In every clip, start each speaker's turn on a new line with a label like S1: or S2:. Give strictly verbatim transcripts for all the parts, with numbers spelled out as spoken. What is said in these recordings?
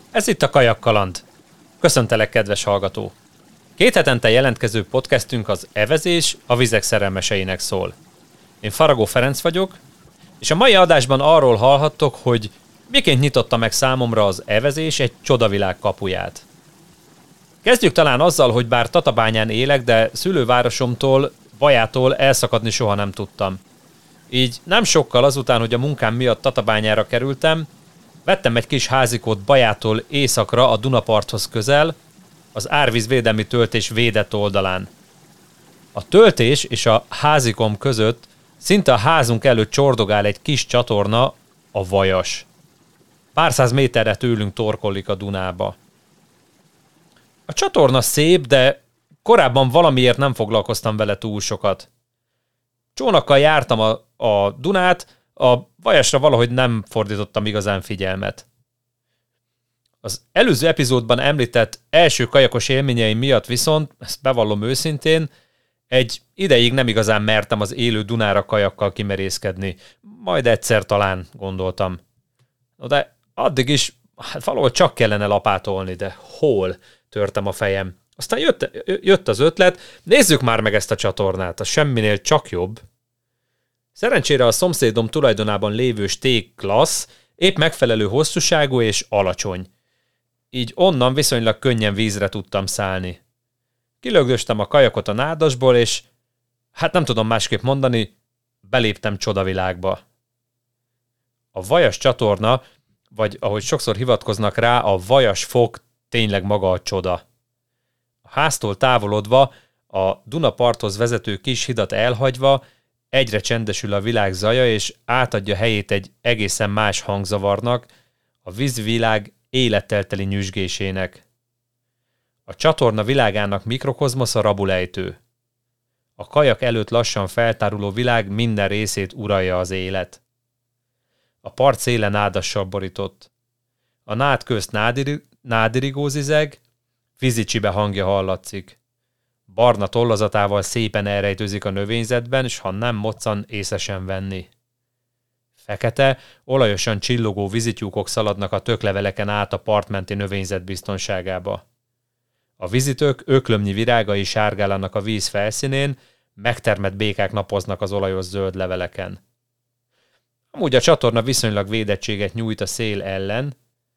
S1: Ez itt a Kajakkaland. Köszöntelek, kedves hallgató! Két hetente jelentkező podcastünk az evezés a vizek szerelmeseinek szól. Én Faragó Ferenc vagyok, és a mai adásban arról hallhattok, hogy miként nyitotta meg számomra az evezés egy csodavilág kapuját. Kezdjük talán azzal, hogy bár Tatabányán élek, de szülővárosomtól, Bajától elszakadni soha nem tudtam. Így nem sokkal azután, hogy a munkám miatt Tatabányára kerültem, vettem egy kis házikót Bajától északra a Dunaparthoz közel, az árvízvédelmi töltés védett oldalán. A töltés és a házikom között szinte a házunk előtt csordogál egy kis csatorna, a Vajas. Pár száz méterre tőlünk torkollik a Dunába. A csatorna szép, de korábban valamiért nem foglalkoztam vele túl sokat. Csónakkal jártam a, a Dunát, a Vajasra valahogy nem fordítottam igazán figyelmet. Az előző epizódban említett első kajakos élményeim miatt viszont, ezt bevallom őszintén, egy ideig nem igazán mertem az élő Dunára kajakkal kimerészkedni. Majd egyszer talán, gondoltam. No de addig is hát valahol csak kellene lapátolni, de hol? Törtem a fejem. Aztán jött, jött az ötlet, nézzük már meg ezt a csatornát, az semminél csak jobb. Szerencsére a szomszédom tulajdonában lévő Stég Klassz épp megfelelő hosszúságú és alacsony. Így onnan viszonylag könnyen vízre tudtam szállni. Kilögdöstem a kajakot a nádasból, és hát nem tudom másképp mondani, beléptem csodavilágba. A Vajas csatorna, vagy ahogy sokszor hivatkoznak rá, a Vajas fok tényleg maga a csoda. A háztól távolodva, a Dunaparthoz vezető kis hidat elhagyva, egyre csendesül a világ zaja, és átadja helyét egy egészen más hangzavarnak, a vízvilág élettel teli nyüzsgésének. A csatorna világának mikrokozmosza rabulejtő. A kajak előtt lassan feltáruló világ minden részét uralja az élet. A part széle nádassal borított. A nád közt nádiri, nádirigó zizeg, fizicsibe hangja hallatszik. Barna tollazatával szépen elrejtőzik a növényzetben, s ha nem moccan, észre sem venni. Fekete, olajosan csillogó vízityúkok szaladnak a tökleveleken át a partmenti növényzet biztonságába. A vízitők öklömnyi virágai sárgálanak a víz felszínén, megtermett békák napoznak az olajos zöld leveleken. Amúgy a csatorna viszonylag védettséget nyújt a szél ellen,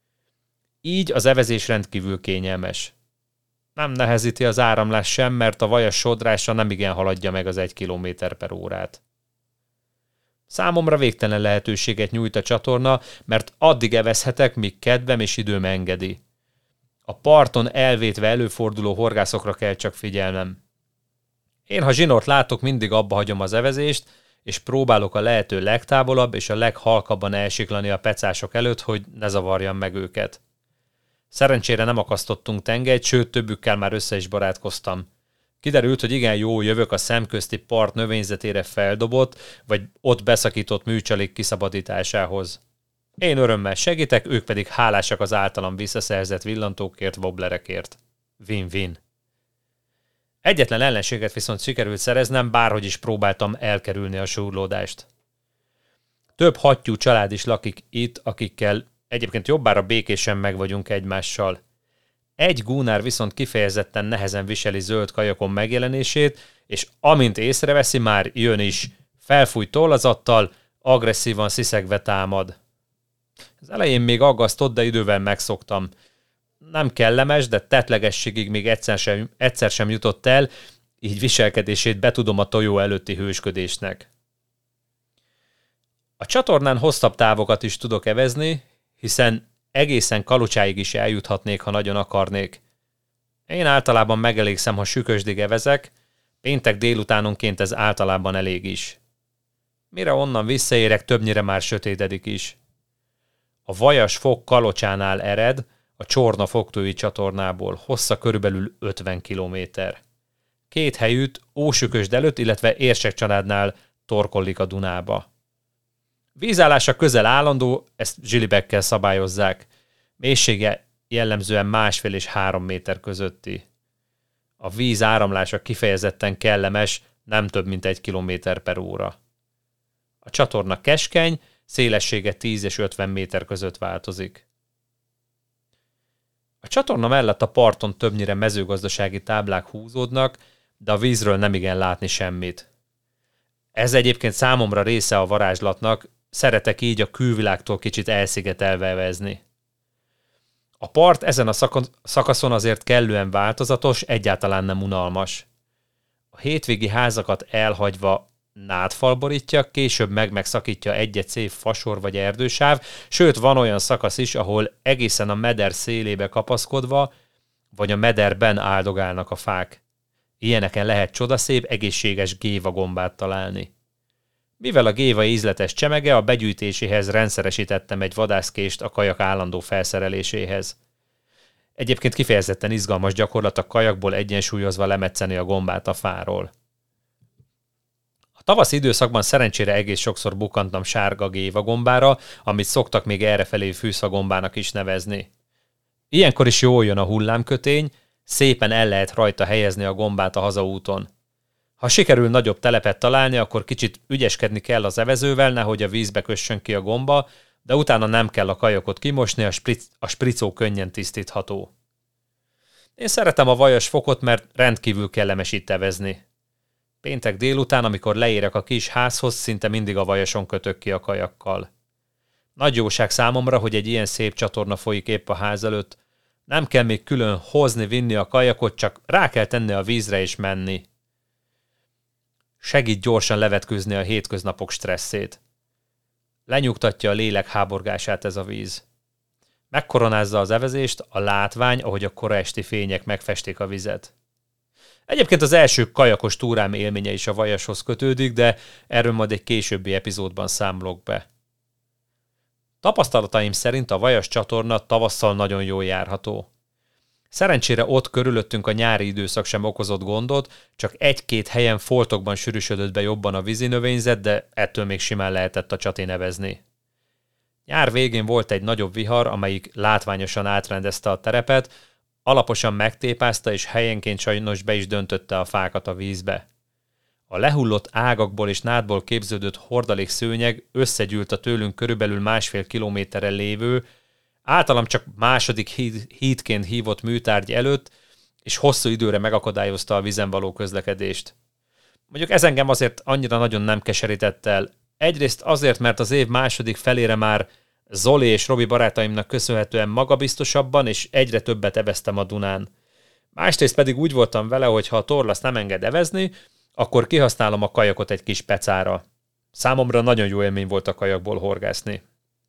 S1: így az evezés rendkívül kényelmes. Nem nehezíti az áramlás sem, mert a Vajas sodrása nem igen haladja meg az egy kilométer per órát. Számomra végtelen lehetőséget nyújt a csatorna, mert addig evezhetek, míg kedvem és időm engedi. A parton elvétve előforduló horgászokra kell csak figyelnem. Én, ha zsinort látok, mindig abba hagyom az evezést, és próbálok a lehető legtávolabb és a leghalkabban elsiklani a pecások előtt, hogy ne zavarjam meg őket. Szerencsére nem akasztottunk tengelyt, sőt többükkel már össze is barátkoztam. Kiderült, hogy igen jó jövök a szemközti part növényzetére feldobott, vagy ott beszakított műcsalék kiszabadításához. Én örömmel segítek, ők pedig hálásak az általam visszaszerzett villantókért, wobblerekért. Win-win. Egyetlen ellenséget viszont sikerült szereznem, bárhogy is próbáltam elkerülni a súrlódást. Több hattyú család is lakik itt, akikkel egyébként jobbára békésen meg vagyunk egymással. Egy gúnár viszont kifejezetten nehezen viseli zöld kajakon megjelenését, és amint észreveszi, már jön is. Felfújt tollazattal, agresszívan sziszegve támad. Az elején még aggasztott, de idővel megszoktam. Nem kellemes, de tettlegességig még egyszer sem, egyszer sem jutott el, így viselkedését betudom a tojó előtti hősködésnek. A csatornán hosszabb távokat is tudok evezni, hiszen egészen Kalucsáig is eljuthatnék, ha nagyon akarnék. Én általában megelégszem, ha sükösdig evezek, péntek délutánonként ez általában elég is. Mire onnan visszaérek, többnyire már sötétedik is. A Vajas fok Kalocsánál ered, a Csorna fogtői csatornából, hossza körülbelül ötven kilométer. Két helyütt Ósükösd előtt, illetve Érsek családnál torkollik a Dunába. Vízállása közel állandó, ezt zsilibekkel szabályozzák. Mélysége jellemzően másfél és három méter közötti. A víz áramlása kifejezetten kellemes, nem több mint egy kilométer per óra. A csatorna keskeny, szélessége tíz és ötven méter között változik. A csatorna mellett a parton többnyire mezőgazdasági táblák húzódnak, de a vízről nemigen látni semmit. Ez egyébként számomra része a varázslatnak, szeretek így a külvilágtól kicsit elszigetelve evezni. A part ezen a szakaszon azért kellően változatos, egyáltalán nem unalmas. A hétvégi házakat elhagyva nádfal borítja, később meg megszakítja egy-egy szép fasor vagy erdősáv, sőt van olyan szakasz is, ahol egészen a meder szélébe kapaszkodva, vagy a mederben áldogálnak a fák. Ilyeneken lehet csodaszép, egészséges gévagombát találni. Mivel a géva ízletes csemege, a begyűjtéséhez rendszeresítettem egy vadászkést a kajak állandó felszereléséhez. Egyébként kifejezetten izgalmas gyakorlat a kajakból egyensúlyozva lemetszeni a gombát a fáról. A tavaszi időszakban szerencsére egész sokszor bukantam sárga gévagombára, amit szoktak még errefelé fűszagombának is nevezni. Ilyenkor is jól jön a hullámkötény, szépen el lehet rajta helyezni a gombát a hazaúton. Ha sikerül nagyobb telepet találni, akkor kicsit ügyeskedni kell az evezővel, nehogy a vízbe kössön ki a gomba, de utána nem kell a kajakot kimosni, a, spritz, a spricó könnyen tisztítható. Én szeretem a vajas fokot, mert rendkívül kellemes itt evezni. Péntek délután, amikor leérek a kis házhoz, szinte mindig a vajason kötök ki a kajakkal. Nagy jóság számomra, hogy egy ilyen szép csatorna folyik épp a ház előtt. Nem kell még külön hozni, vinni a kajakot, csak rá kell tenni a vízre és menni. Segít gyorsan levetkőzni a hétköznapok stresszét. Lenyugtatja a lélek háborgását ez a víz. Megkoronázza az evezést a látvány, ahogy a kora esti fények megfestik a vizet. Egyébként az első kajakos túrám élménye is a vajashoz kötődik, de erről majd egy későbbi epizódban számolok be. Tapasztalataim szerint a vajas csatorna tavasszal nagyon jól járható. Szerencsére ott körülöttünk a nyári időszak sem okozott gondot, csak egy-két helyen foltokban sűrűsödött be jobban a vízinövényzet, de ettől még simán lehetett a csatén evezni. Nyár végén volt egy nagyobb vihar, amelyik látványosan átrendezte a terepet, alaposan megtépázta és helyenként sajnos be is döntötte a fákat a vízbe. A lehullott ágakból és nádból képződött hordalék szőnyeg összegyűlt a tőlünk körülbelül másfél kilométerre lévő, általam csak második híd, hídként hívott műtárgy előtt, és hosszú időre megakadályozta a vízen való közlekedést. Mondjuk ez engem azért annyira nagyon nem keserített el. Egyrészt azért, mert az év második felére már Zoli és Robi barátaimnak köszönhetően magabiztosabban és egyre többet eveztem a Dunán. Másrészt pedig úgy voltam vele, hogy ha a torlasz nem enged evezni, akkor kihasználom a kajakot egy kis pecára. Számomra nagyon jó élmény volt a kajakból horgászni.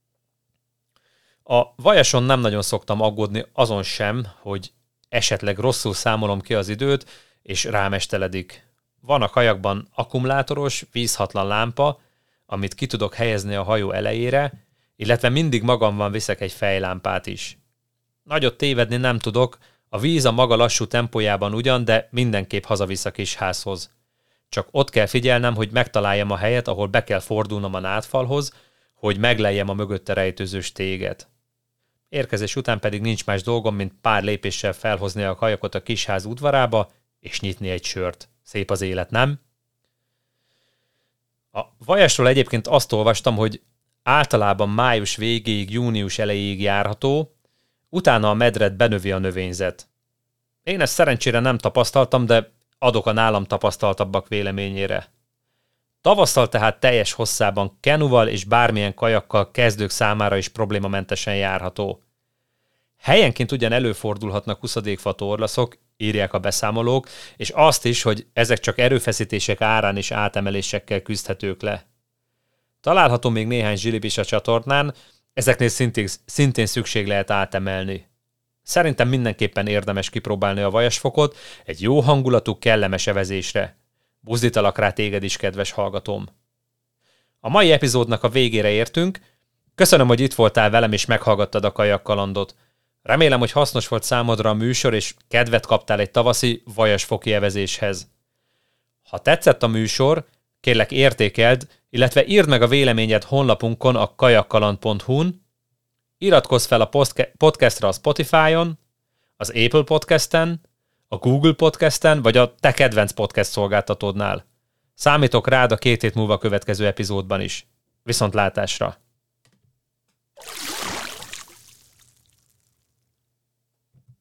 S1: A vajason nem nagyon szoktam aggódni azon sem, hogy esetleg rosszul számolom ki az időt, és rámesteledik. Van a kajakban akkumulátoros, vízhatlan lámpa, amit ki tudok helyezni a hajó elejére, illetve mindig magamban viszek egy fejlámpát is. Nagyot tévedni nem tudok, a víz a maga lassú tempójában ugyan, de mindenképp hazavisz a kis házhoz. Csak ott kell figyelnem, hogy megtaláljam a helyet, ahol be kell fordulnom a nádfalhoz, hogy megleljem a mögötte rejtőző stéget. Érkezés után pedig nincs más dolgom, mint pár lépéssel felhozni a kajakot a kisház udvarába, és nyitni egy sört. Szép az élet, nem? A vajasról egyébként azt olvastam, hogy általában május végéig, június elejéig járható, utána a medret benövi a növényzet. Én ezt szerencsére nem tapasztaltam, de adok a nálam tapasztaltabbak véleményére. Tavasszal tehát teljes hosszában kenuval és bármilyen kajakkal kezdők számára is problémamentesen járható. Helyenként ugyan előfordulhatnak huszadékfa torlaszok, írják a beszámolók, és azt is, hogy ezek csak erőfeszítések árán és átemelésekkel küzdhetők le. Található még néhány zsilip is a csatornán, ezeknél szintén, szintén szükség lehet átemelni. Szerintem mindenképpen érdemes kipróbálni a vajasfokot egy jó hangulatú, kellemes evezésre. Buzdítalak rá téged is, kedves hallgatóm. A mai epizódnak a végére értünk. Köszönöm, hogy itt voltál velem és meghallgattad a kajakkalandot. Remélem, hogy hasznos volt számodra a műsor, és kedvet kaptál egy tavaszi vajasfoki evezéshez. Ha tetszett a műsor, kérlek értékeld, illetve írd meg a véleményed honlapunkon a kajakkaland pont hu-n, iratkozz fel a podcastra a Spotify-on, az Apple Podcasten, a Google Podcasten, vagy a te kedvenc podcast szolgáltatódnál. Számítok rád a két hét múlva következő epizódban is. Viszontlátásra!